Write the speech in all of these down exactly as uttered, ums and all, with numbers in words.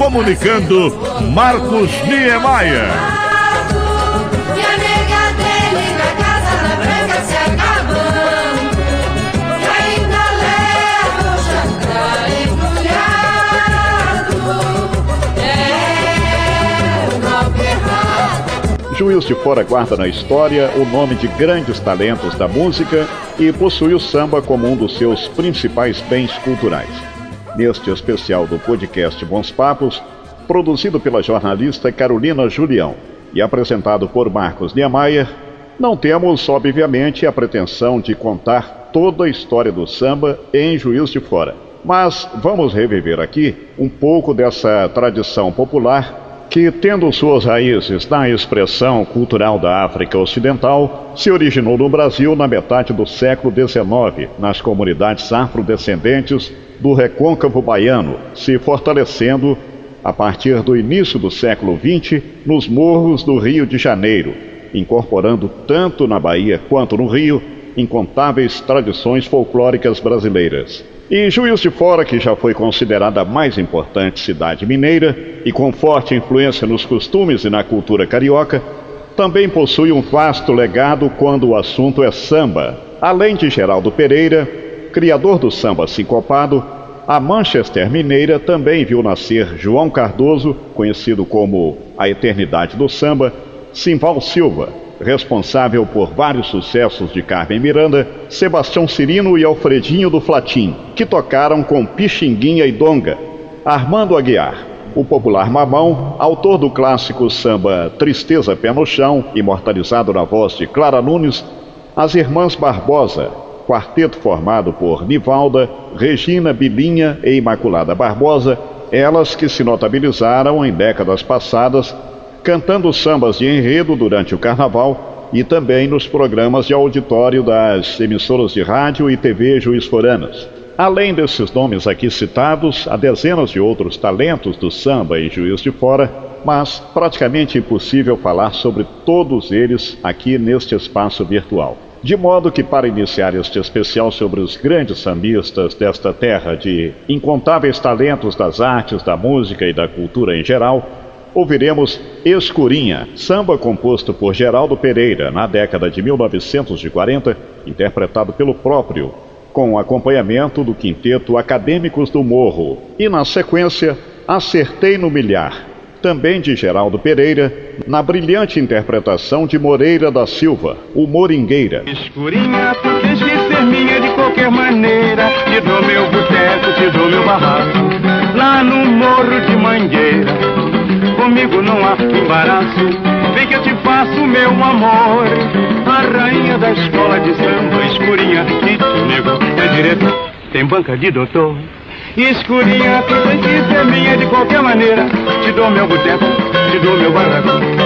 comunicando Marcos Niemeyer. Juiz de Fora guarda na história o nome de grandes talentos da música e possui o samba como um dos seus principais bens culturais. Neste especial do podcast Bons Papos, produzido pela jornalista Carolina Julião e apresentado por Marcos Niemeyer, não temos, obviamente, a pretensão de contar toda a história do samba em Juiz de Fora, mas vamos reviver aqui um pouco dessa tradição popular que, tendo suas raízes na expressão cultural da África Ocidental, se originou no Brasil na metade do século dezenove, nas comunidades afrodescendentes do recôncavo baiano, se fortalecendo a partir do início do século vinte nos morros do Rio de Janeiro, incorporando tanto na Bahia quanto no Rio incontáveis tradições folclóricas brasileiras. E Juiz de Fora, que já foi considerada a mais importante cidade mineira e com forte influência nos costumes e na cultura carioca, também possui um vasto legado quando o assunto é samba. Além de Geraldo Pereira, criador do samba sincopado, a Manchester mineira também viu nascer João Cardoso, conhecido como a eternidade do samba, Simval Silva, responsável por vários sucessos de Carmen Miranda, Sebastião Cirino e Alfredinho do Flatim, que tocaram com Pixinguinha e Donga, Armando Aguiar, o popular Mamão, autor do clássico samba Tristeza Pé no Chão, imortalizado na voz de Clara Nunes, as Irmãs Barbosa, quarteto formado por Nivalda, Regina, Bilinha e Imaculada Barbosa, elas que se notabilizaram em décadas passadas cantando sambas de enredo durante o carnaval e também nos programas de auditório das emissoras de rádio e T V juiz-foranas. Além desses nomes aqui citados, há dezenas de outros talentos do samba em Juiz de Fora, mas praticamente impossível falar sobre todos eles aqui neste espaço virtual. De modo que, para iniciar este especial sobre os grandes sambistas desta terra de incontáveis talentos das artes, da música e da cultura em geral, ouviremos Escurinha, samba composto por Geraldo Pereira na década de mil novecentos e quarenta, interpretado pelo próprio, com acompanhamento do quinteto Acadêmicos do Morro. E na sequência, Acertei no Milhar, também de Geraldo Pereira, na brilhante interpretação de Moreira da Silva, o Moringueira. Escurinha, tu quis ser minha de qualquer maneira, te dou meu boteco, te dou meu barraco, lá no Morro de Mangueira. Comigo não há embaraço, vem que eu te faço meu amor. A rainha da escola de samba, escurinha, e comigo é direto, tem banca de doutor. Escurinha, tu tem que ser minha de qualquer maneira, te dou meu boteco, te dou meu barraco,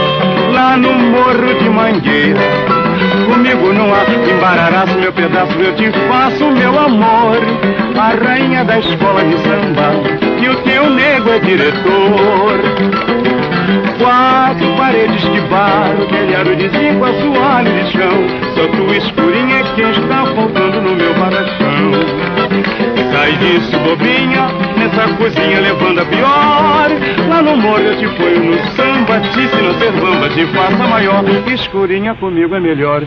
lá no Morro de Mangueira. Comigo não há embararaço, meu pedaço, eu te faço meu amor. A rainha da escola de samba, e o teu nego é diretor. Quatro paredes de barro, telhado de zinco, assoalho de chão, só tu, escurinha, é quem está faltando no meu barracão. Sai disso, bobinha, nessa cozinha levando a pior. Lá no morro eu te ponho no samba, te se não ser bamba, te faça maior. Escurinha, comigo é melhor.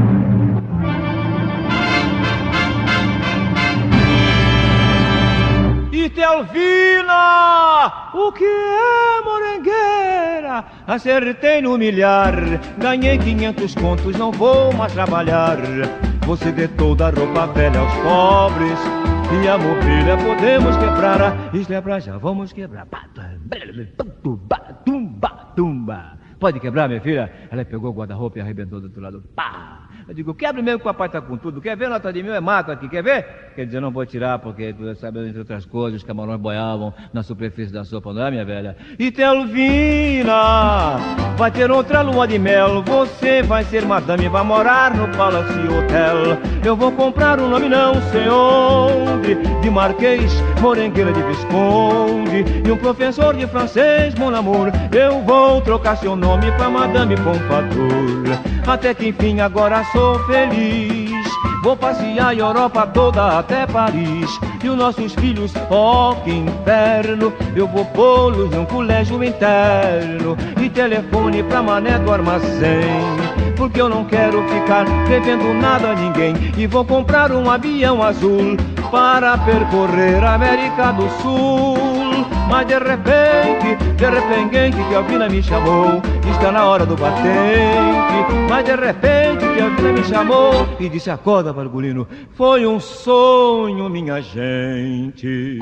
Telvina, o que é morengueira? Acertei no milhar, ganhei quinhentos contos, não vou mais trabalhar. Você dê toda a roupa velha aos pobres e a mobília podemos quebrar. Isto é pra já, vamos quebrar. Tumba, tumba, tumba. Pode quebrar, minha filha? Ela pegou o guarda-roupa e arrebentou do outro lado. Pá! Eu digo, quebra mesmo que o papai tá com tudo. Quer ver nota de mil? É mato aqui, quer ver? Quer dizer, não vou tirar porque, tu sabe, entre outras coisas, os camarões boiavam na superfície da sopa, não é, minha velha? E Telvina, vai ter outra lua de mel. Você vai ser madame, vai morar no Palace Hotel. Eu vou comprar um nome não sei onde, de Marquês, Morengueira de Visconde, e um professor de francês, mon amour. Eu vou trocar seu nome pra Madame Pompadour. Até que enfim agora sou feliz. Vou passear a Europa toda até Paris. E os nossos filhos, ó, que inferno, eu vou pô-los num colégio interno. E telefone pra mané do armazém, porque eu não quero ficar devendo nada a ninguém. E vou comprar um avião azul para percorrer a América do Sul. Mas de repente, de repente que a Alvina me chamou, está na hora do batente. Mas de repente que a Alvina me chamou e disse: acorda, Vargulino, foi um sonho, minha gente.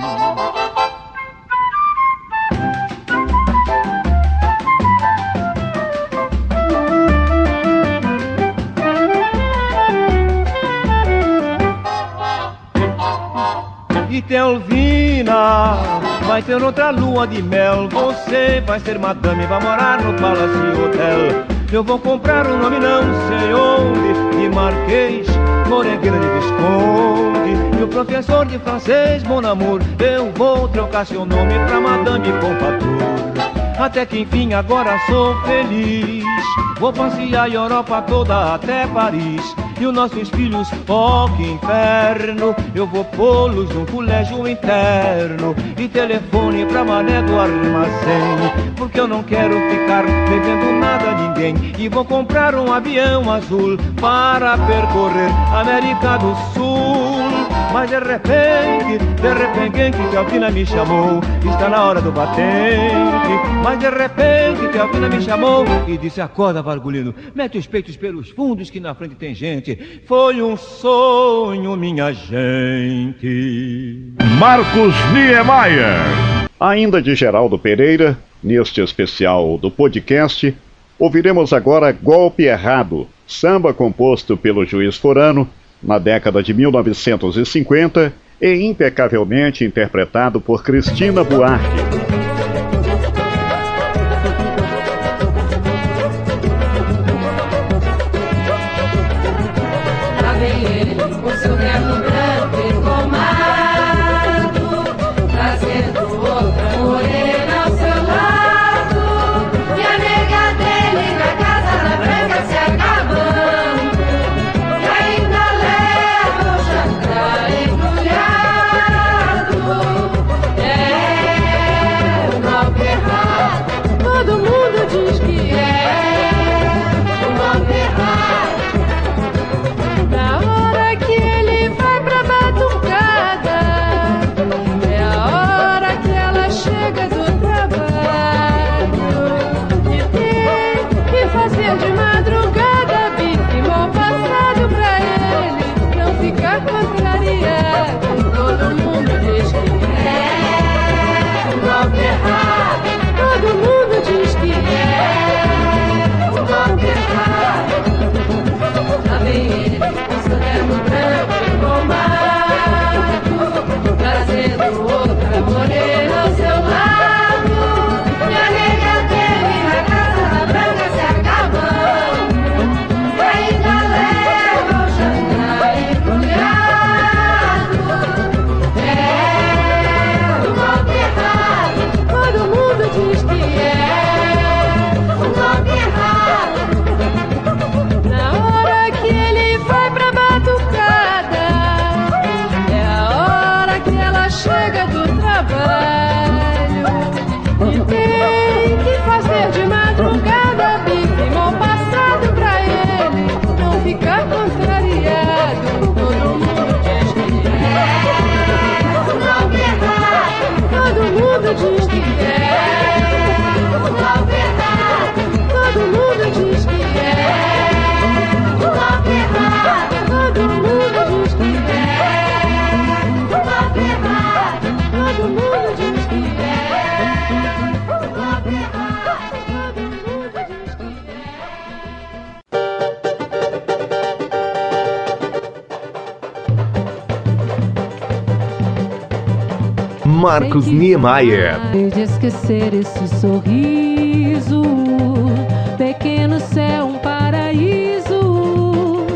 E tem Alvina, vai ter outra lua de mel. Você vai ser madame, vai morar no Palace Hotel. Eu vou comprar um nome não sei onde, de Marquês, Moregueira de Visconde. E o professor de francês, mon amour, eu vou trocar seu nome pra Madame Pompadour. Até que enfim agora sou feliz. Vou passear a Europa toda até Paris. E os nossos filhos, ó, que inferno, eu vou pô-los num colégio interno. E telefone pra mané do armazém, porque eu não quero ficar devendo nada a ninguém. E vou comprar um avião azul para percorrer a América do Sul. Mas de repente, de repente que a Alvina me chamou, está na hora do batente. Mas de repente que a Alvina me chamou e disse: acorda, Vargulino, mete os peitos pelos fundos que na frente tem gente. Foi um sonho, minha gente. Marcos Niemeyer. Ainda de Geraldo Pereira, neste especial do podcast, ouviremos agora Golpe Errado, samba composto pelo Juiz Forano na década de mil novecentos e cinquenta e impecavelmente interpretado por Cristina Buarque. Marcos Niemeyer. De esquecer esse sorriso, pequeno céu, um paraíso.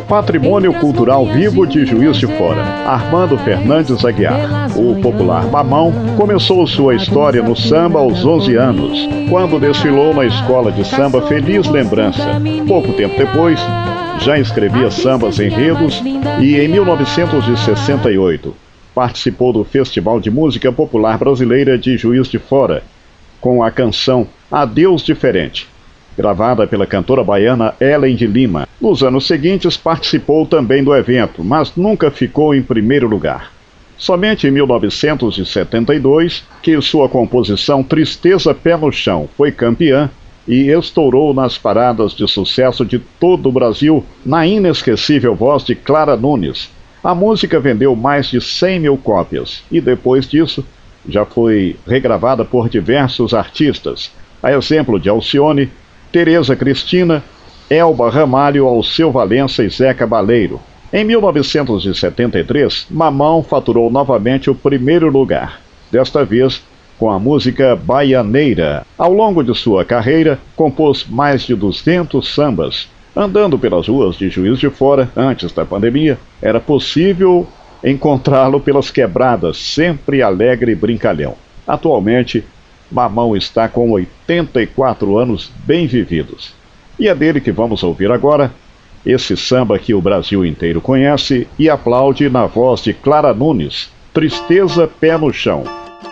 Patrimônio Cultural Vivo de Juiz de Fora. Armando Fernandes Aguiar, o popular Mamão, começou sua história no samba aos onze anos, quando desfilou na escola de samba Feliz Lembrança. Pouco tempo depois, já escrevia sambas enredos e, em mil novecentos e sessenta e oito, participou do Festival de Música Popular Brasileira de Juiz de Fora, com a canção Adeus Diferente, gravada pela cantora baiana Ellen de Lima. Nos anos seguintes participou também do evento, mas nunca ficou em primeiro lugar. Somente em mil novecentos e setenta e dois, que sua composição Tristeza Pé no Chão foi campeã e estourou nas paradas de sucesso de todo o Brasil, na inesquecível voz de Clara Nunes. A música vendeu mais de cem mil cópias e depois disso já foi regravada por diversos artistas, a exemplo de Alcione, Tereza Cristina, Elba Ramalho, Alceu Valença e Zé Cabaleiro. Em mil novecentos e setenta e três, Mamão faturou novamente o primeiro lugar, desta vez com a música Baianeira. Ao longo de sua carreira, compôs mais de duzentos sambas. Andando pelas ruas de Juiz de Fora, antes da pandemia, era possível encontrá-lo pelas quebradas, sempre alegre e brincalhão. Atualmente, Mamão está com oitenta e quatro anos bem vividos. E é dele que vamos ouvir agora esse samba que o Brasil inteiro conhece e aplaude na voz de Clara Nunes, Tristeza Pé no Chão.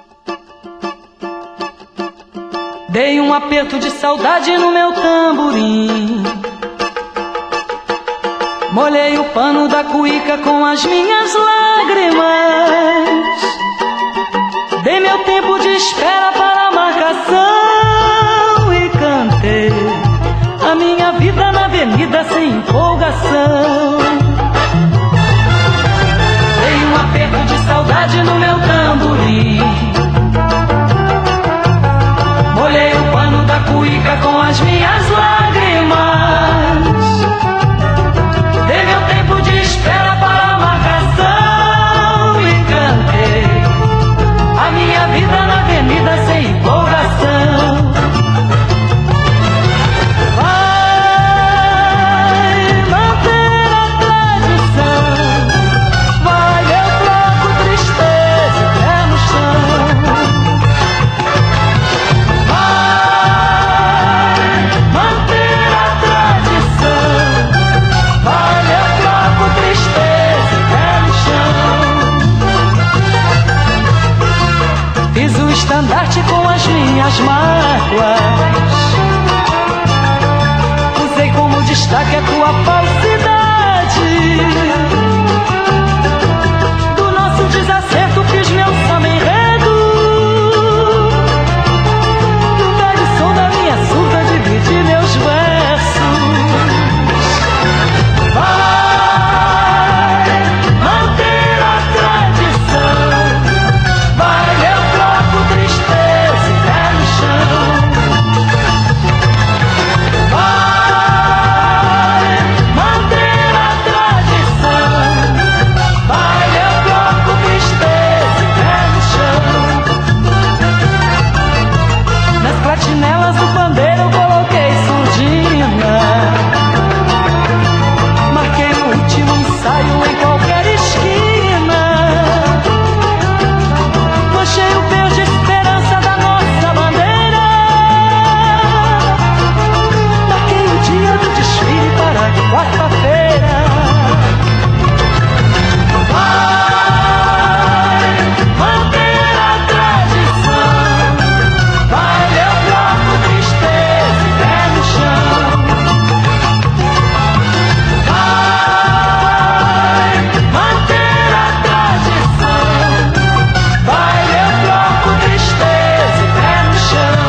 Dei um aperto de saudade no meu tamborim, molhei o pano da cuíca com as minhas lágrimas, dei meu tempo de espera para a marcação e cantei a minha vida na avenida sem empolgação. Dei um aperto de saudade no meu tamborim, molhei o pano da cuíca com as minhas lágrimas, dei meu tempo de espera para a marcação e cantei a minha vida na avenida sem empolgação. Estandarte com as minhas mágoas, usei como destaque a tua falsidade. Do nosso desacerto fiz meu samba enredo, do velho som da minha surda dividi meus versos. Vai manter a tradição, vai meu bloco tristeza e pé no chão. Vai manter a tradição, vai meu bloco tristeza e pé no chão. Nas platinelas do pandeiro eu coloquei surdina, marquei o último ensaio em qualquer esquina, manchei o verde esperança da nossa bandeira, marquei o dia do desfile para quarta-feira. Vai manter a tradição, vai meu bloco tristeza e pé no chão. Vai manter a tradição, vai meu bloco tristeza e pé no chão.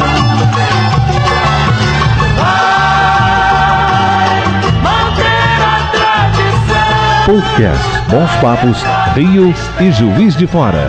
Vai manter a tradição. Podcast Bons Papos, Rio e Juiz de Fora.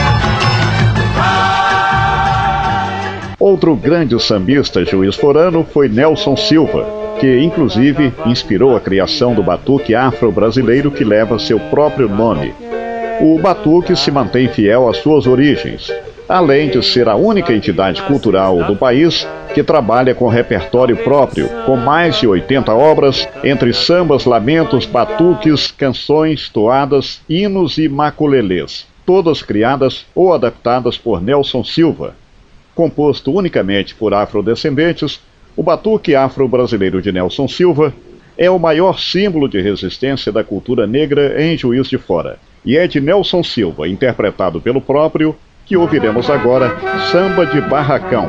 Outro grande sambista juiz-forano foi Nelson Silva, que inclusive inspirou a criação do batuque afro-brasileiro que leva seu próprio nome. O batuque se mantém fiel às suas origens. além de ser a única entidade cultural do país que trabalha com repertório próprio, com mais de oitenta obras, entre sambas, lamentos, batuques, canções, toadas, hinos e maculelês, todas criadas ou adaptadas por Nelson Silva. Composto unicamente por afrodescendentes, o batuque afro-brasileiro de Nelson Silva é o maior símbolo de resistência da cultura negra em Juiz de Fora. E é de Nelson Silva, interpretado pelo próprio, que ouviremos agora Samba de Barracão.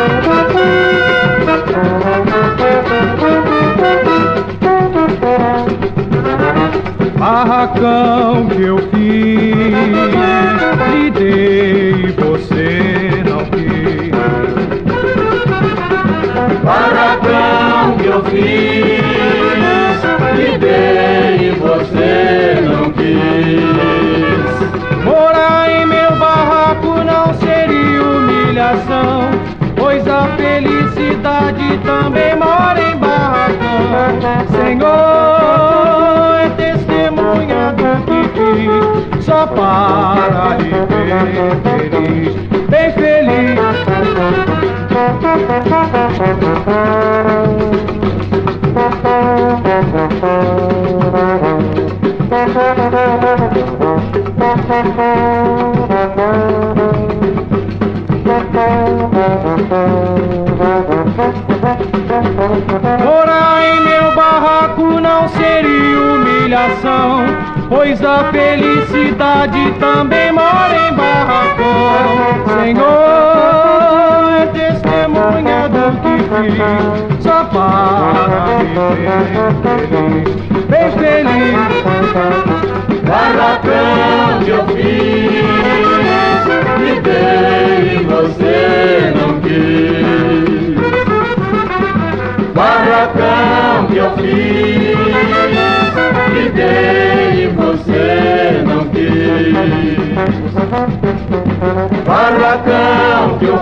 Barracão que eu fiz, lhe dei, você não quis. Barracão que eu fiz, lhe dei, você não quis. Morar em meu barraco não seria humilhação, pois a felicidade também mora em barracão. Senhor, é testemunha do que fiz, só para lhe ver feliz, bem feliz. Morar em meu barraco não seria humilhação, pois a felicidade também mora em barracão. Senhor, é testemunha do que fiz, só para me ver feliz, bem feliz. Barracão que eu fiz, lhe dei, você não quis. Barracão que eu fiz, lhe dei, você não quis. Barracão que eu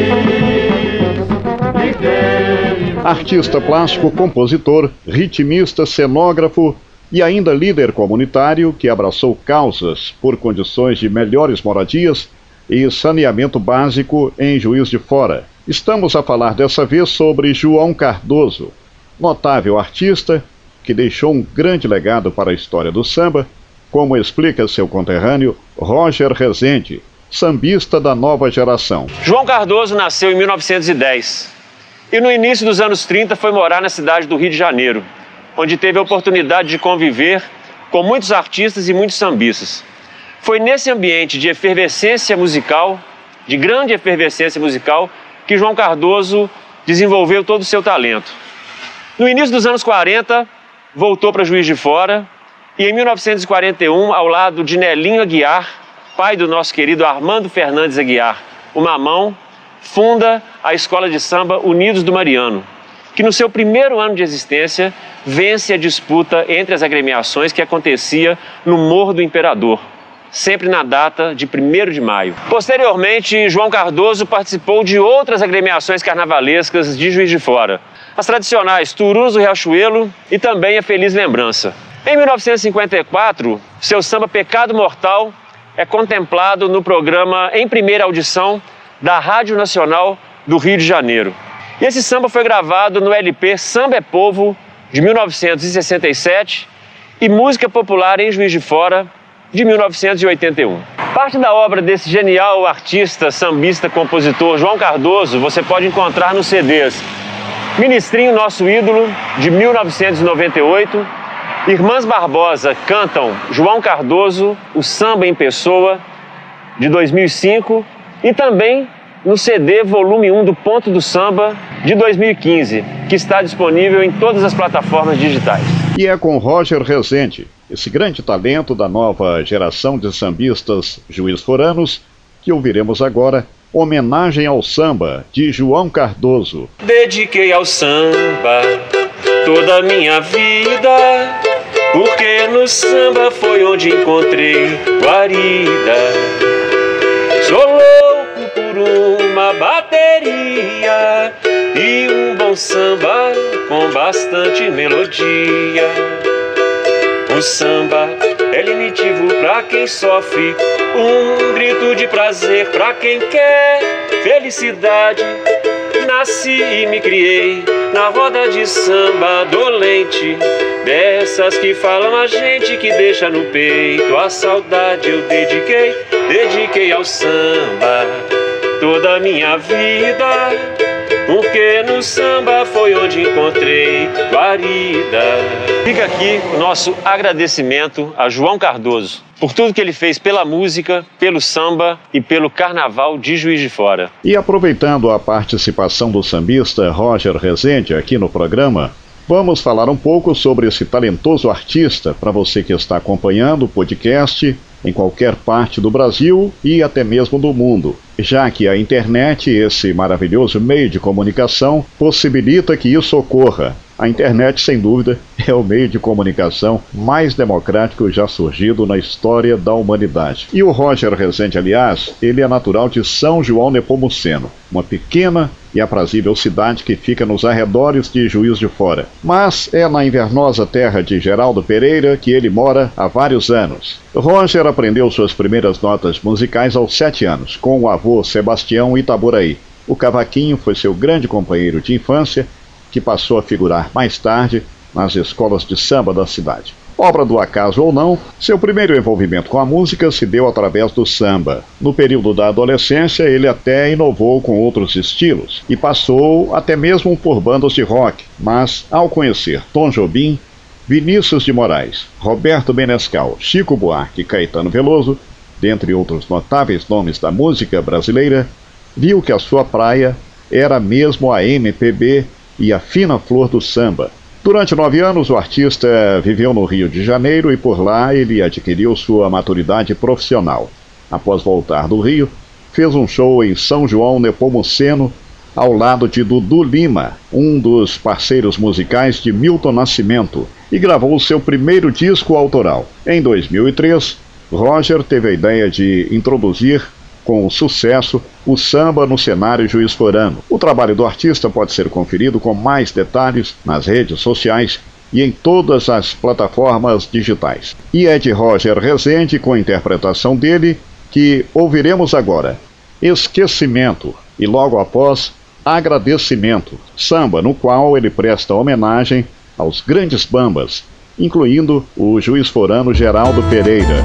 fiz, lhe dei. Artista plástico, compositor, ritmista, cenógrafo e ainda líder comunitário que abraçou causas por condições de melhores moradias e saneamento básico em Juiz de Fora. Estamos a falar dessa vez sobre João Cardoso, notável artista que deixou um grande legado para a história do samba, como explica seu conterrâneo Roger Rezende, sambista da nova geração. João Cardoso nasceu em mil novecentos e dez e no início dos anos trinta foi morar na cidade do Rio de Janeiro, onde teve a oportunidade de conviver com muitos artistas e muitos sambistas. Foi nesse ambiente de efervescência musical, de grande efervescência musical, que João Cardoso desenvolveu todo o seu talento. No início dos anos quarenta, voltou para Juiz de Fora e em mil novecentos e quarenta e um, ao lado de Nelinho Aguiar, pai do nosso querido Armando Fernandes Aguiar, o Mamão, funda a escola de samba Unidos do Mariano, que no seu primeiro ano de existência vence a disputa entre as agremiações que acontecia no Morro do Imperador, sempre na data de primeiro de maio. Posteriormente, João Cardoso participou de outras agremiações carnavalescas de Juiz de Fora, as tradicionais Turus do Riachuelo e também a Feliz Lembrança. Em mil novecentos e cinquenta e quatro, seu samba Pecado Mortal é contemplado no programa Em Primeira Audição da Rádio Nacional do Rio de Janeiro. E esse samba foi gravado no L P Samba é Povo, de mil novecentos e sessenta e sete, e Música Popular em Juiz de Fora, de mil novecentos e oitenta e um. Parte da obra desse genial artista, sambista, compositor João Cardoso você pode encontrar nos C Ds Ministrinho Nosso Ídolo, de mil novecentos e noventa e oito, Irmãs Barbosa cantam João Cardoso, o Samba em Pessoa, de dois mil e cinco, e também no C D volume um do Ponto do Samba, de dois mil e quinze, que está disponível em todas as plataformas digitais. E é com Roger Rezende, esse grande talento da nova geração de sambistas juiz-foranos, que ouviremos agora Homenagem ao Samba, de João Cardoso. Dediquei ao samba toda a minha vida, porque no samba foi onde encontrei guarida. Sou louco por uma bateria e um bom samba com bastante melodia. O samba, ele definitivo pra quem sofre, um grito de prazer pra quem quer felicidade. Nasci e me criei na roda de samba dolente, dessas que falam a gente, que deixa no peito a saudade. Eu dediquei, dediquei ao samba toda a minha vida, porque no samba foi onde encontrei guarida. Fica aqui o nosso agradecimento a João Cardoso por tudo que ele fez pela música, pelo samba e pelo carnaval de Juiz de Fora. E aproveitando a participação do sambista Roger Rezende aqui no programa, vamos falar um pouco sobre esse talentoso artista para você que está acompanhando o podcast em qualquer parte do Brasil e até mesmo do mundo, já que a internet, esse maravilhoso meio de comunicação, possibilita que isso ocorra. A internet, sem dúvida, é o meio de comunicação mais democrático já surgido na história da humanidade. E o Roger Rezende, aliás, ele é natural de São João Nepomuceno, uma pequena e aprazível cidade que fica nos arredores de Juiz de Fora. Mas é na invernosa terra de Geraldo Pereira que ele mora há vários anos. Roger aprendeu suas primeiras notas musicais aos sete anos, com o avô Sebastião Itaboraí. O cavaquinho foi seu grande companheiro de infância, que passou a figurar mais tarde nas escolas de samba da cidade. Obra do acaso ou não, seu primeiro envolvimento com a música se deu através do samba. No período da adolescência, ele até inovou com outros estilos e passou até mesmo por bandas de rock, mas ao conhecer Tom Jobim, Vinícius de Moraes, Roberto Menescal, Chico Buarque e Caetano Veloso, dentre outros notáveis nomes da música brasileira, viu que a sua praia era mesmo a M P B e a fina flor do samba. Durante nove anos, o artista viveu no Rio de Janeiro e por lá ele adquiriu sua maturidade profissional. Após voltar do Rio, fez um show em São João Nepomuceno, ao lado de Dudu Lima, um dos parceiros musicais de Milton Nascimento, e gravou seu primeiro disco autoral. Em dois mil e três, Roger teve a ideia de introduzir com sucesso o samba no cenário juiz-forano. O trabalho do artista pode ser conferido com mais detalhes nas redes sociais e em todas as plataformas digitais. E é de Roger Rezende, com a interpretação dele, que ouviremos agora Esquecimento e logo após Agradecimento, samba no qual ele presta homenagem aos grandes bambas, incluindo o juiz-forano Geraldo Pereira.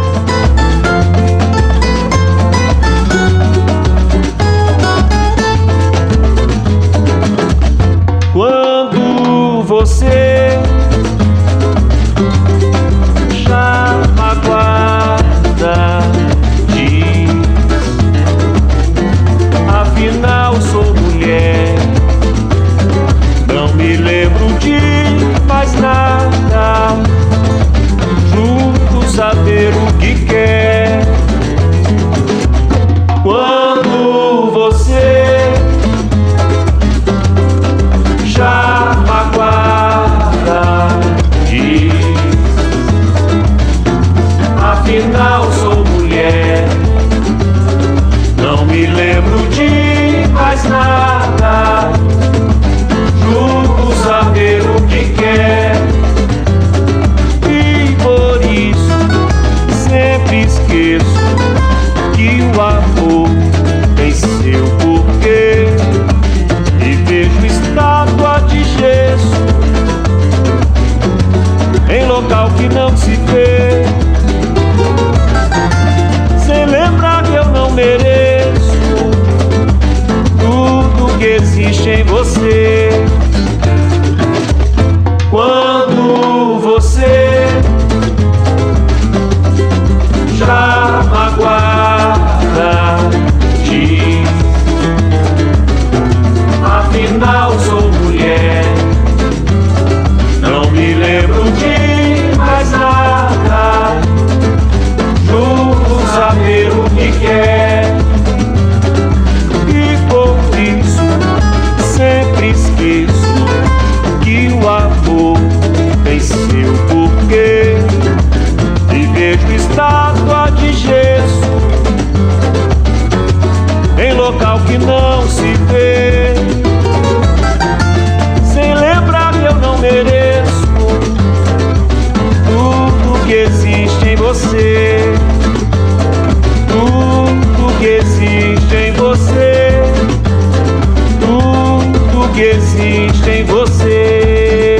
Quando você já magoada diz, afinal sou mulher, não me lembro de mais nada, juro saber o que quer. Quando você já magoada diz, afinal sou mulher, não me lembro de mais nada, juro saber o que quer. E por isso sempre esqueço que o amor tem seu porquê, e vejo estátua de gesso em local que não se vê, sem lembrar que eu não mereço tudo que existe em você. Quando você já magoada diz, afinal sou mulher, não me lembro de mais nada, juro saber o que quer. E por isso sempre esqueço que o amor que existe em você.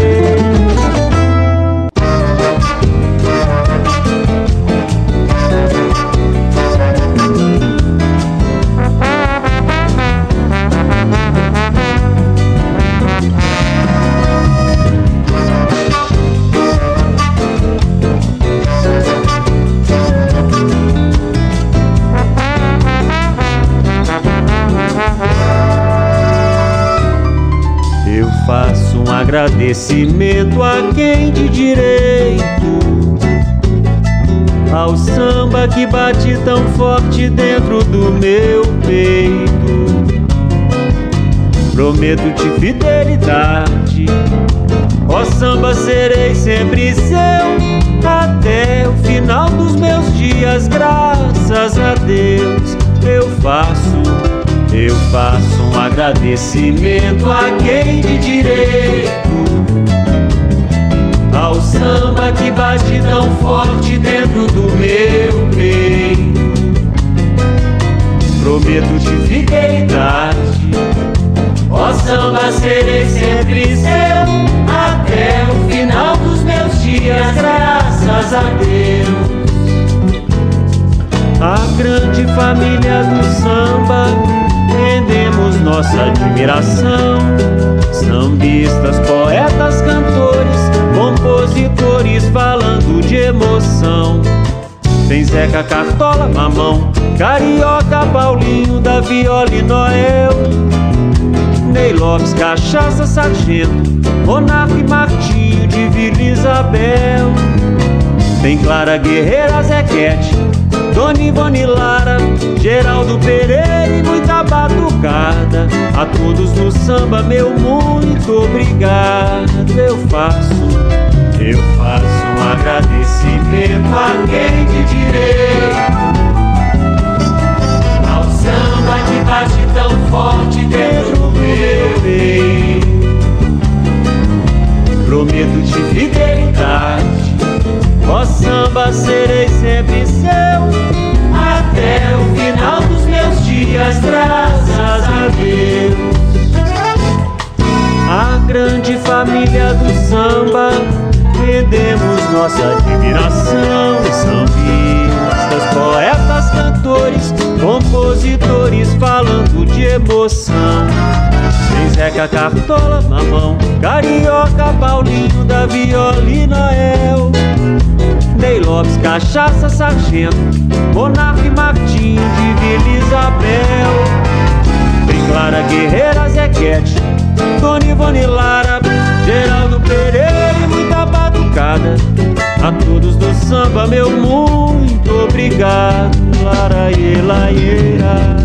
Agradecimento a quem de direito, ao samba que bate tão forte dentro do meu peito. Prometo-te fidelidade, ó samba, serei sempre seu até o final dos meus dias. Graças a Deus eu faço Eu faço um agradecimento a quem de direito, ao samba que bate tão forte dentro do meu peito. Prometo-te fidelidade, ó samba, serei sempre seu até o final dos meus dias. Graças a Deus. A grande família do samba rendemos nossa admiração. Sambistas, poetas, cantores, compositores falando de emoção. Tem Zeca Cartola, Mamão, Carioca, Paulinho, da Viola e Noel, Ney Lopes, Cachaça, Sargento, Monarca e Martinho, de Vila Isabel. Tem Clara Guerreira, Zequete, Dona Ivone Lara, Geraldo Pereira e muita batucada. A todos no samba, meu muito obrigado. Eu faço, eu faço um agradecimento a quem de direito, ao samba que bate tão forte dentro do meu peito. Prometo-te fidelidade, ó samba, serei sempre seu até o final dos meus dias. Graças a Deus. A grande família do samba rendemos nossa admiração. Sambistas, poetas, cantores, compositores falando de emoção. Tem Zeca Cartola, Mamão, Carioca, Paulinho, da Viola e Noel, Ney Lopes, Cachaça, Sargento, Monarca e Martinho, de Vila Isabel. Tem Clara Guerreira, Zequete, Dona Ivone Lara, Geraldo Pereira e muita batucada. A todos do samba, meu muito obrigado. Laraie, laieira.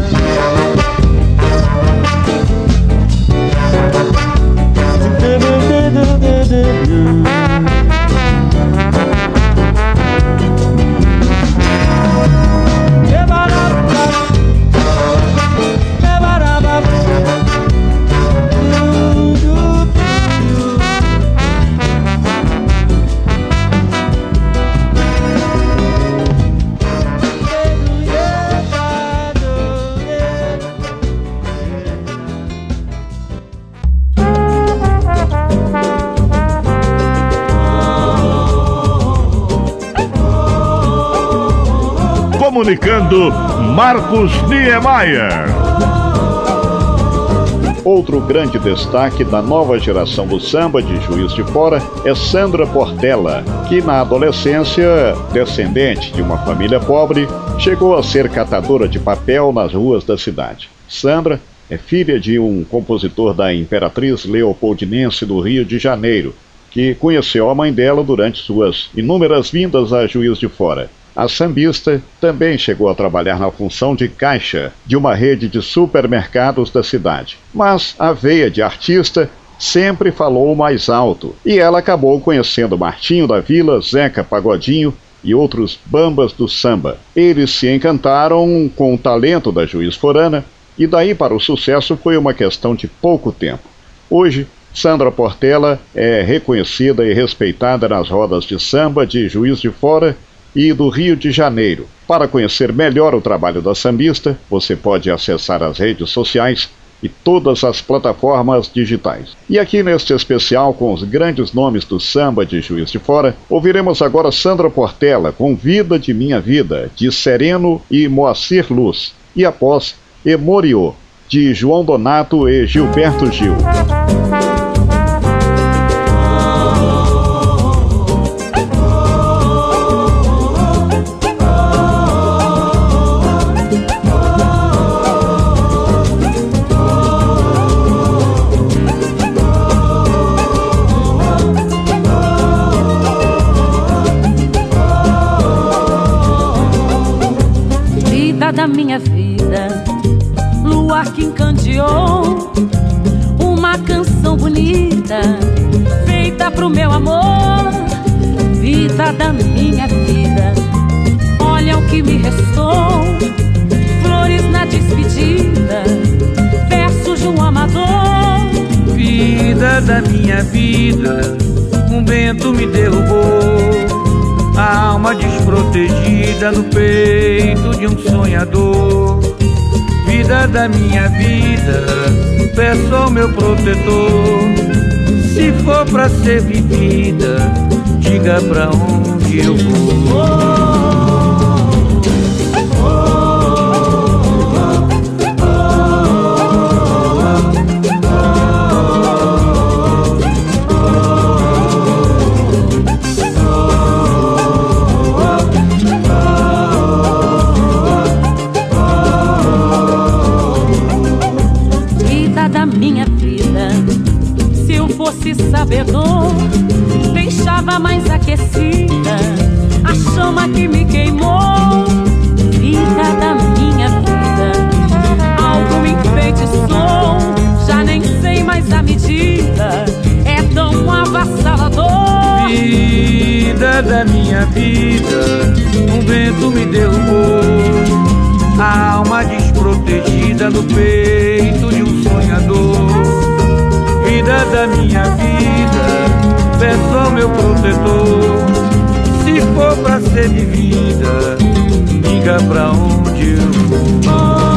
Comunicando Marcos Niemeyer. Outro grande destaque da nova geração do samba de Juiz de Fora é Sandra Portela, que na adolescência, descendente de uma família pobre, chegou a ser catadora de papel nas ruas da cidade. Sandra é filha de um compositor da Imperatriz Leopoldinense do Rio de Janeiro, que conheceu a mãe dela durante suas inúmeras vindas a Juiz de Fora. A sambista também chegou a trabalhar na função de caixa de uma rede de supermercados da cidade. Mas a veia de artista sempre falou mais alto, e ela acabou conhecendo Martinho da Vila, Zeca Pagodinho e outros bambas do samba. Eles se encantaram com o talento da Juiz Forana, e daí para o sucesso foi uma questão de pouco tempo. Hoje, Sandra Portela é reconhecida e respeitada nas rodas de samba de Juiz de Fora e do Rio de Janeiro. Para conhecer melhor o trabalho da sambista, você pode acessar as redes sociais e todas as plataformas digitais. E aqui neste especial com os grandes nomes do samba de Juiz de Fora, ouviremos agora Sandra Portela com Vida de Minha Vida, de Sereno e Moacir Luz, e após Emoriô, de João Donato e Gilberto Gil. Da minha vida, luar que encandeou, uma canção bonita feita pro meu amor. Vida da minha vida, olha o que me restou, flores na despedida, versos de um amador. Vida da minha vida, um vento me derrubou, a alma desprotegida no peito de um sonhador. Vida da minha vida, peço ao meu protetor, se for pra ser vivida, diga pra onde eu vou. Sabedor, deixava mais aquecida a chama que me queimou. Vida da minha vida, algo me enfeitiçou, já nem sei mais a medida, é tão avassalador. Vida da minha vida, um vento me derrubou, a alma desprotegida no peito de um sonhador. Vida da minha vida, peço ao meu protetor, se for pra ser vivida, diga pra onde eu vou.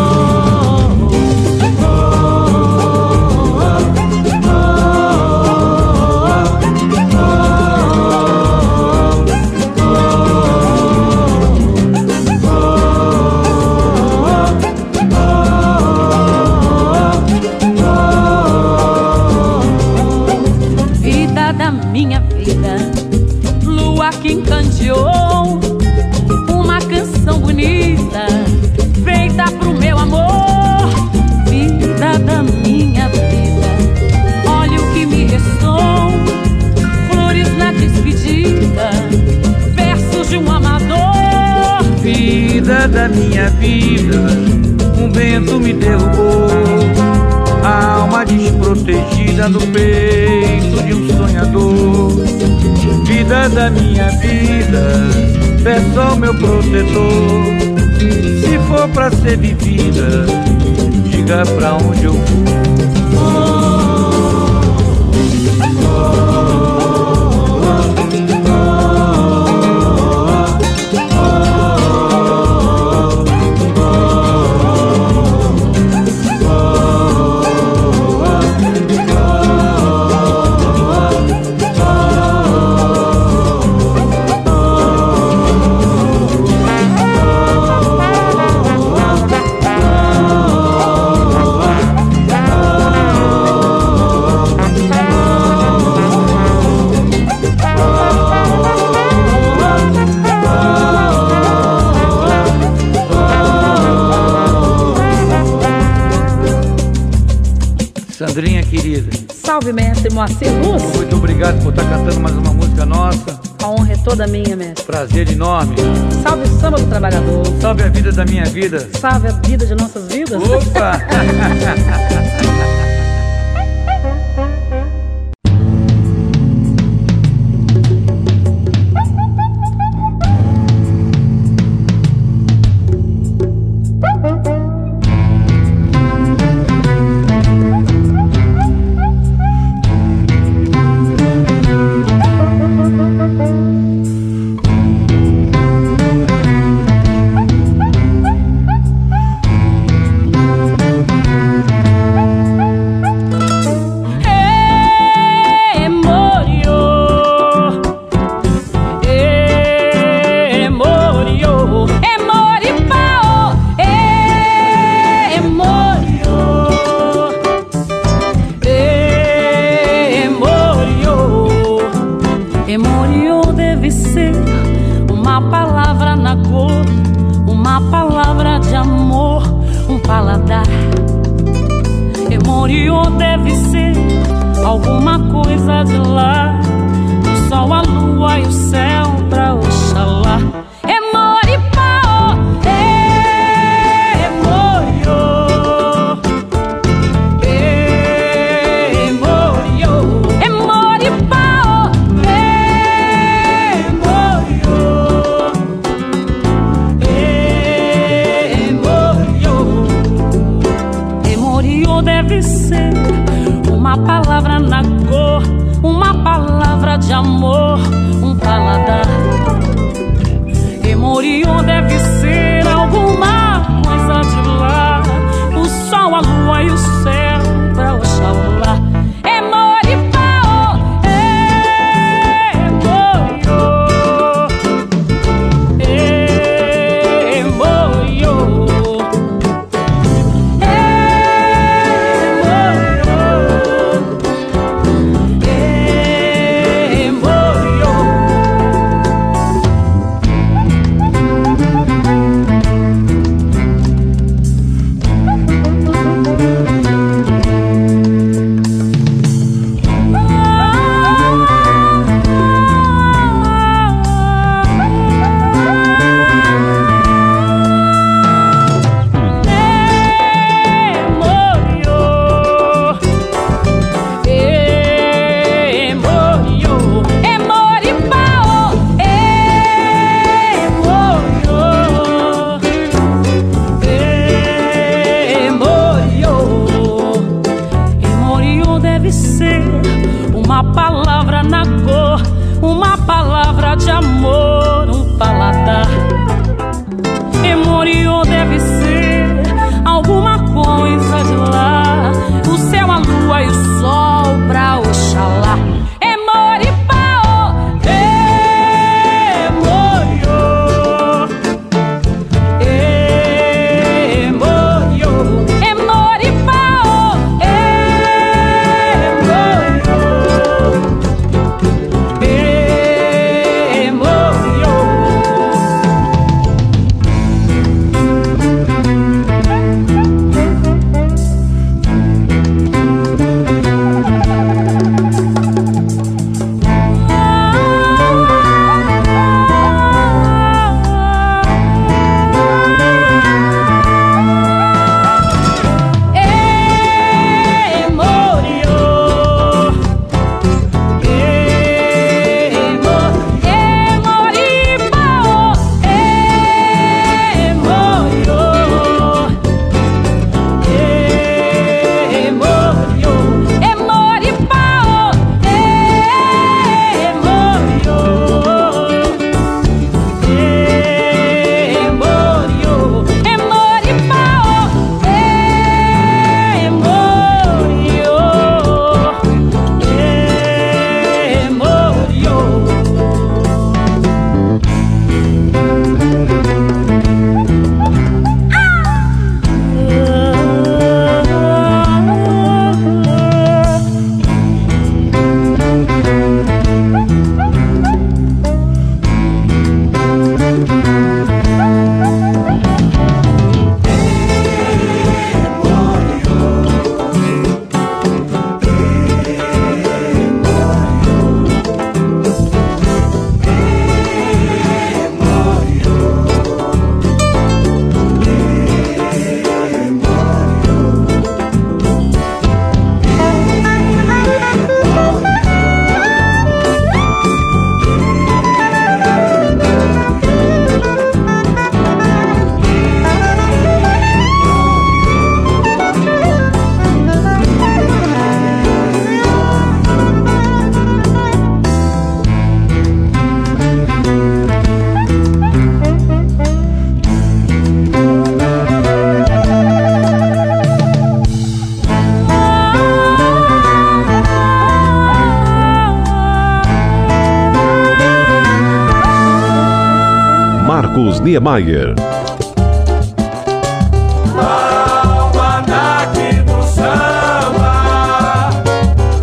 Minha vida, lua que encandeou, uma canção bonita feita pro meu amor. Vida da minha vida, olha o que me restou, flores na despedida, versos de um amador. Vida da minha vida, um vento me derrubou, a alma desprotegida no peito de um sonhador. Vida da minha vida, peço ao meu protetor, se for pra ser vivida, diga pra onde eu vou. Sandrinha querida. Salve, mestre Moacir Luz. Muito obrigado por estar cantando mais uma música nossa. A honra é toda minha, mestre. Prazer enorme. Salve o samba do trabalhador. Salve a vida da minha vida. Salve a vida de nossas vidas. Opa! uma palavra na cor, uma palavra de amor, um paladar. Emorio deve ser alguma coisa de lá, o sol, a lua e o céu pra Oxalá. Emoripao, Emorio, Emorio, Emoripao, Emorio, Emorio. Emorio deve ser uma palavra na cor, uma palavra de amor, um paladar. Emorio deve ser alguma coisa de lá, o sol, a lua e o céu pra Oxalá. Emoripao, Emorio, Emorio, uma palavra na cor, uma palavra de amor, um paladar. Emorio deve ser alguma coisa de lá, o céu, a lua e o sol pra Oxalá. Emoripao, Emorio, Emorio, Emoripao, Marcos Niemeyer. Almanaque do samba,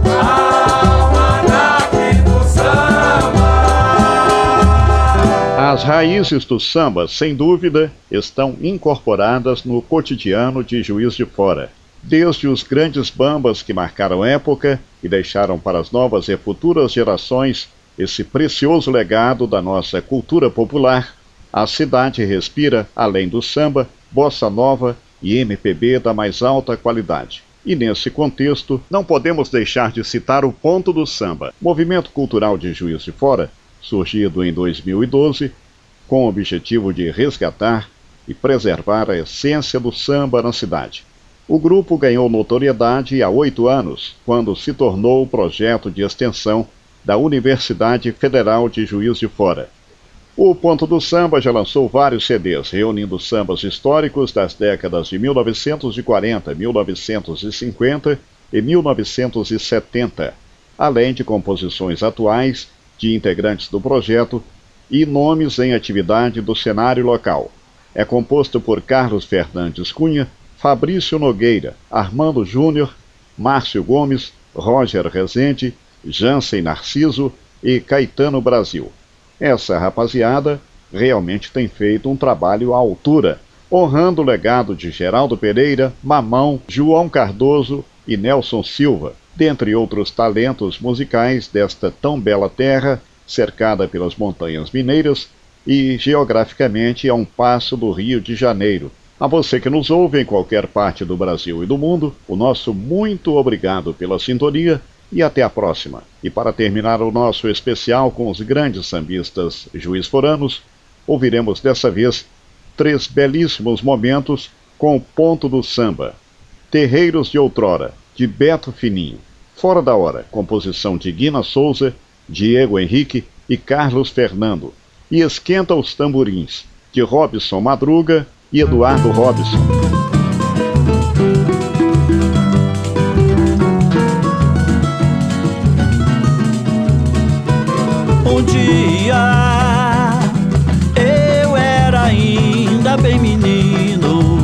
almanaque do samba. As As raízes do samba, sem dúvida, estão incorporadas no cotidiano de Juiz de Fora. Desde os grandes bambas que marcaram época e deixaram para as novas e futuras gerações esse precioso legado da nossa cultura popular, a cidade respira, além do samba, bossa nova e M P B da mais alta qualidade. E nesse contexto, não podemos deixar de citar o Ponto do Samba, movimento cultural de Juiz de Fora, surgido em dois mil e doze, com o objetivo de resgatar e preservar a essência do samba na cidade. O grupo ganhou notoriedade há oito anos, quando se tornou o projeto de extensão da Universidade Federal de Juiz de Fora. O Ponto do Samba já lançou vários C Ds, reunindo sambas históricos das décadas de mil novecentos e quarenta, mil novecentos e cinquenta e mil novecentos e setenta, além de composições atuais de integrantes do projeto e nomes em atividade do cenário local. É composto por Carlos Fernandes Cunha, Fabrício Nogueira, Armando Júnior, Márcio Gomes, Roger Rezende, Jansen Narciso e Caetano Brasil. Essa rapaziada realmente tem feito um trabalho à altura, honrando o legado de Geraldo Pereira, Mamão, João Cardoso e Nelson Silva, dentre outros talentos musicais desta tão bela terra, cercada pelas montanhas mineiras e geograficamente a um passo do Rio de Janeiro. A você que nos ouve em qualquer parte do Brasil e do mundo, o nosso muito obrigado pela sintonia e até a próxima. E para terminar o nosso especial com os grandes sambistas juiz-foranos, ouviremos dessa vez três belíssimos momentos com o Ponto do Samba. Terreiros de Outrora, de Beto Fininho. Fora da Hora, composição de Guina Souza, Diego Henrique e Carlos Fernando. E Esquenta os Tamborins, de Robson Madruga e Eduardo Robson. Um dia eu era ainda bem menino,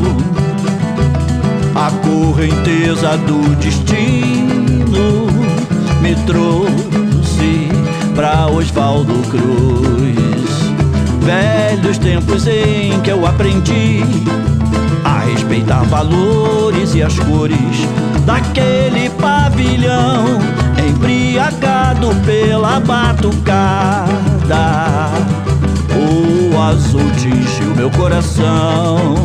a correnteza do destino me trouxe pra Oswaldo Cruz. Velhos tempos em que eu aprendi a respeitar valores e as cores daquele pavilhão, embriagado pela batucada. O azul tingiu meu coração.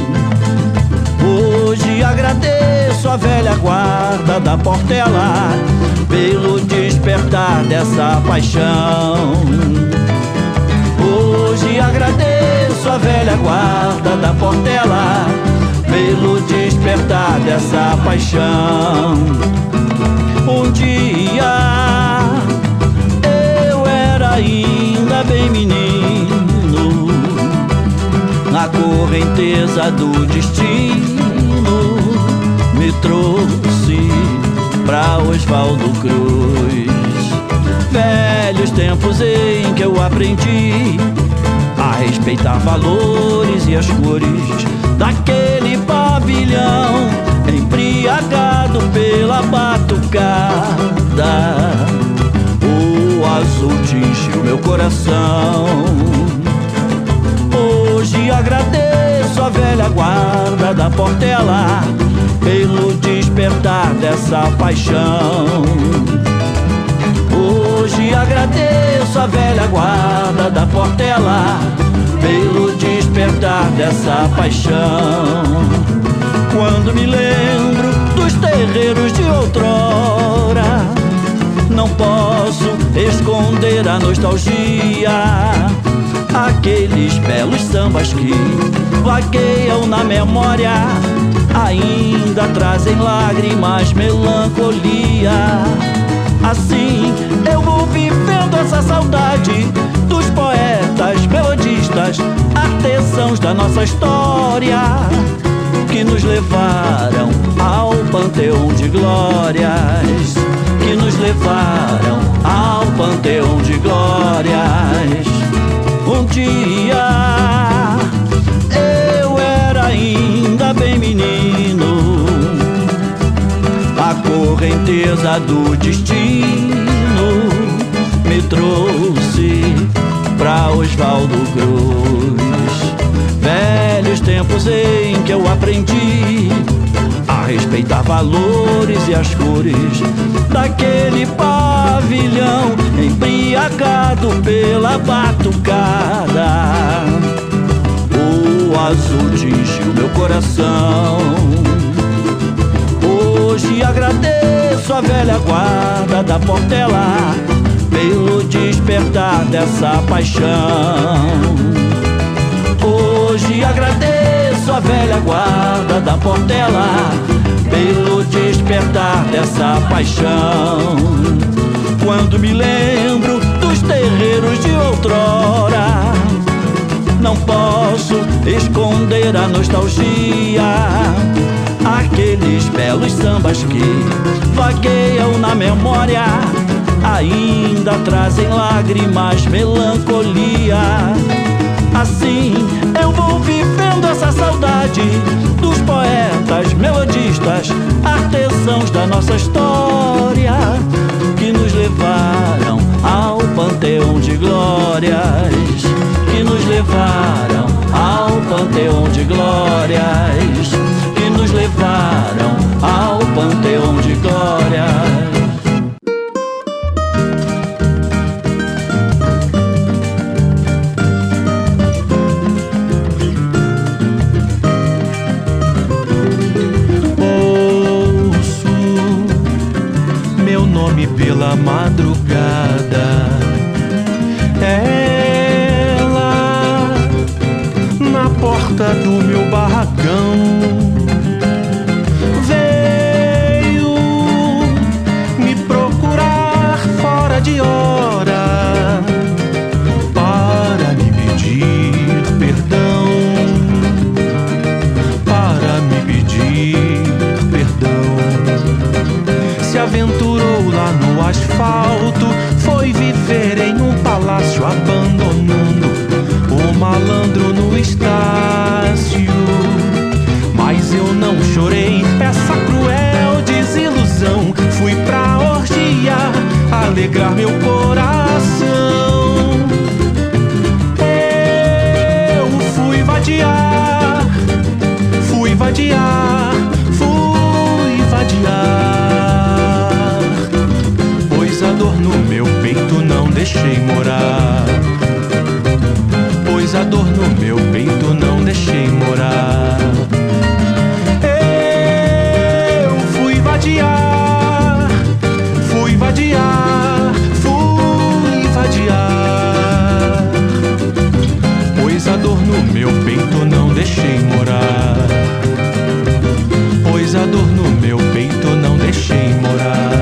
Hoje agradeço a velha guarda da Portela pelo despertar dessa paixão. Hoje agradeço a velha guarda da Portela pelo despertar dessa paixão. Um dia eu era ainda bem menino, na correnteza do destino me trouxe pra Oswaldo Cruz. Velhos tempos em que eu aprendi a respeitar valores e as cores daquele pavilhão, embriagado pela batucada. O azul tingiu meu coração. Hoje agradeço a velha guarda da Portela pelo despertar dessa paixão. Hoje agradeço a velha guarda da Portela pelo despertar dessa paixão. Quando me lembro dos terreiros de outrora, não posso esconder a nostalgia. Aqueles belos sambas que vagueiam na memória ainda trazem lágrimas, melancolia. Assim eu vou vivendo essa saudade dos poetas, melodistas, artesãos da nossa história, que nos levaram ao panteão de glórias, que nos levaram ao panteão de glórias. Um dia eu era ainda bem menino, a correnteza do destino me trouxe pra Oswaldo Cruz. Velhos tempos em que eu aprendi a respeitar valores e as cores daquele pavilhão embriagado pela batucada. O azul tingiu meu coração. Hoje agradeço a velha guarda da Portela pelo despertar dessa paixão. Hoje agradeço a velha guarda da Portela pelo despertar dessa paixão. Quando me lembro dos terreiros de outrora, não posso esconder a nostalgia. Aqueles belos sambas que vagueiam na memória ainda trazem lágrimas, melancolia. Assim eu vou vivendo essa saudade dos poetas, melodistas, artesãos da nossa história, que nos levaram ao panteão de glórias, que nos levaram ao panteão de glórias, que nos levaram ao panteão de glórias. Pela madrugada, ela na porta do meu barracão veio me procurar fora de hora para me pedir perdão, para me pedir perdão. Se aventurou lá no asfalto, foi viver em um palácio abandonando o malandro no estácio. Mas eu não chorei essa cruel desilusão, fui pra orgia alegrar meu coração. Eu fui vadiar, fui vadiar, fui vadiar. A dor no meu peito não deixei morar, pois a dor no meu peito não deixei morar. Eu fui vadiar, fui vadiar, fui vadiar, pois a dor no meu peito não deixei morar, pois a dor no meu peito não deixei morar.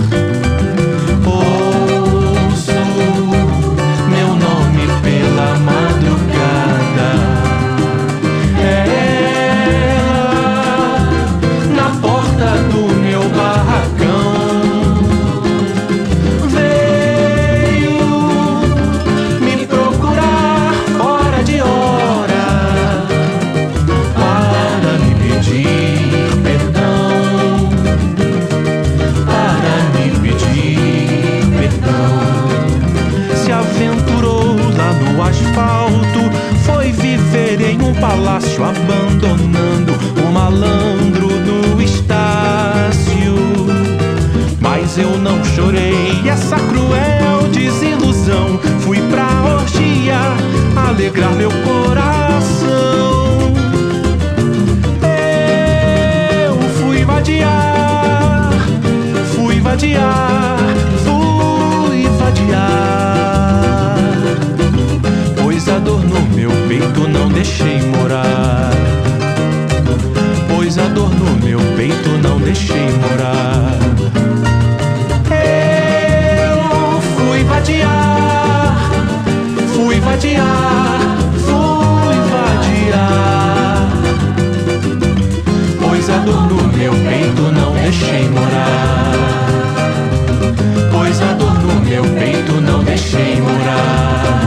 Palácio abandonando o malandro no estácio. Mas eu não chorei essa cruel desilusão, fui pra orgia alegrar meu coração. Eu fui vadiar, fui vadiar, fui vadiar, pois a dor no meu peito não deixei morar, pois a dor no meu peito não deixei morar. Eu fui vadiar, fui vadiar, fui vadiar, pois a dor no meu peito não deixei morar, pois a dor no meu peito não deixei morar.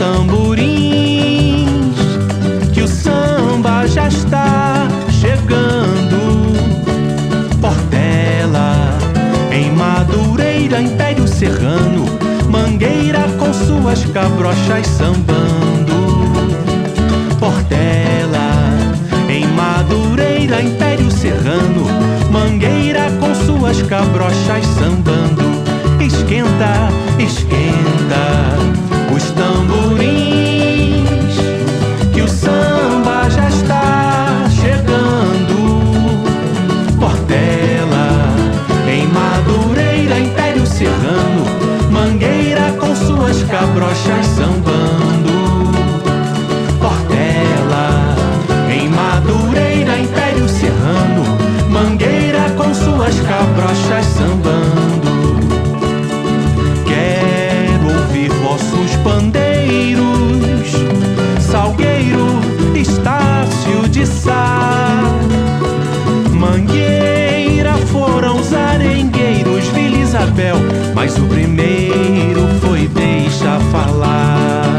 tamborins, que o samba já está chegando. Portela, em Madureira, Império Serrano, Mangueira com suas cabrochas sambando. Portela, em Madureira, Império Serrano, Mangueira com suas cabrochas sambando. Esquenta, esquenta os tamborins, que o samba já está chegando. Portela, em Madureira, Império Serrano, Mangueira com suas cabrochas sambando. Portela, em Madureira, Império Serrano, Mangueira com suas cabrochas sambando. Quero ouvir vossos pandeiros, Salgueiro, Estácio de Sá. Mangueira foram os arengueiros, Vila Isabel, mas o primeiro foi Deixa Falar.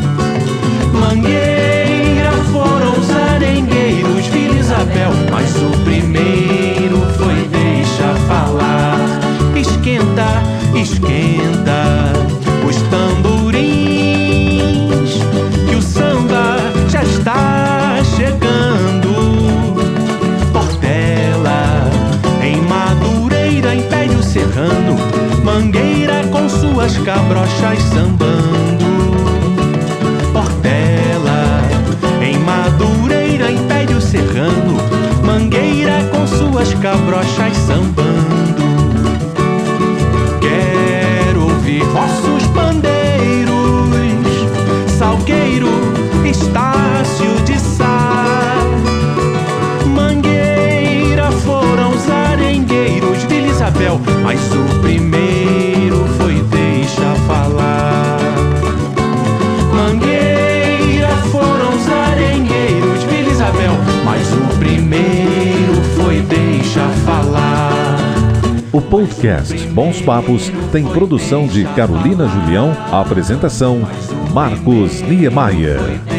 Mangueira foram os arengueiros, Vila Isabel, mas o primeiro foi Deixa Falar. Esquenta, esquenta os tamborins, que o samba já está chegando. Portela, em Madureira, Império Serrano, Mangueira com suas cabrochas sambando. Portela, em Madureira, Império Serrano, Mangueira com suas cabrochas sambando. Quero ouvir vossos pandeiros, Salgueiro, Estácio de Sá. Mangueira foram os arengueiros, Vila Isabel, mas o primeiro foi Deixa Falar. Mangueira foram os arengueiros, Vila Isabel, mas o primeiro foi Deixa Falar. O podcast Bons Papos tem produção de Carolina Julião, apresentação Marcos Niemeyer.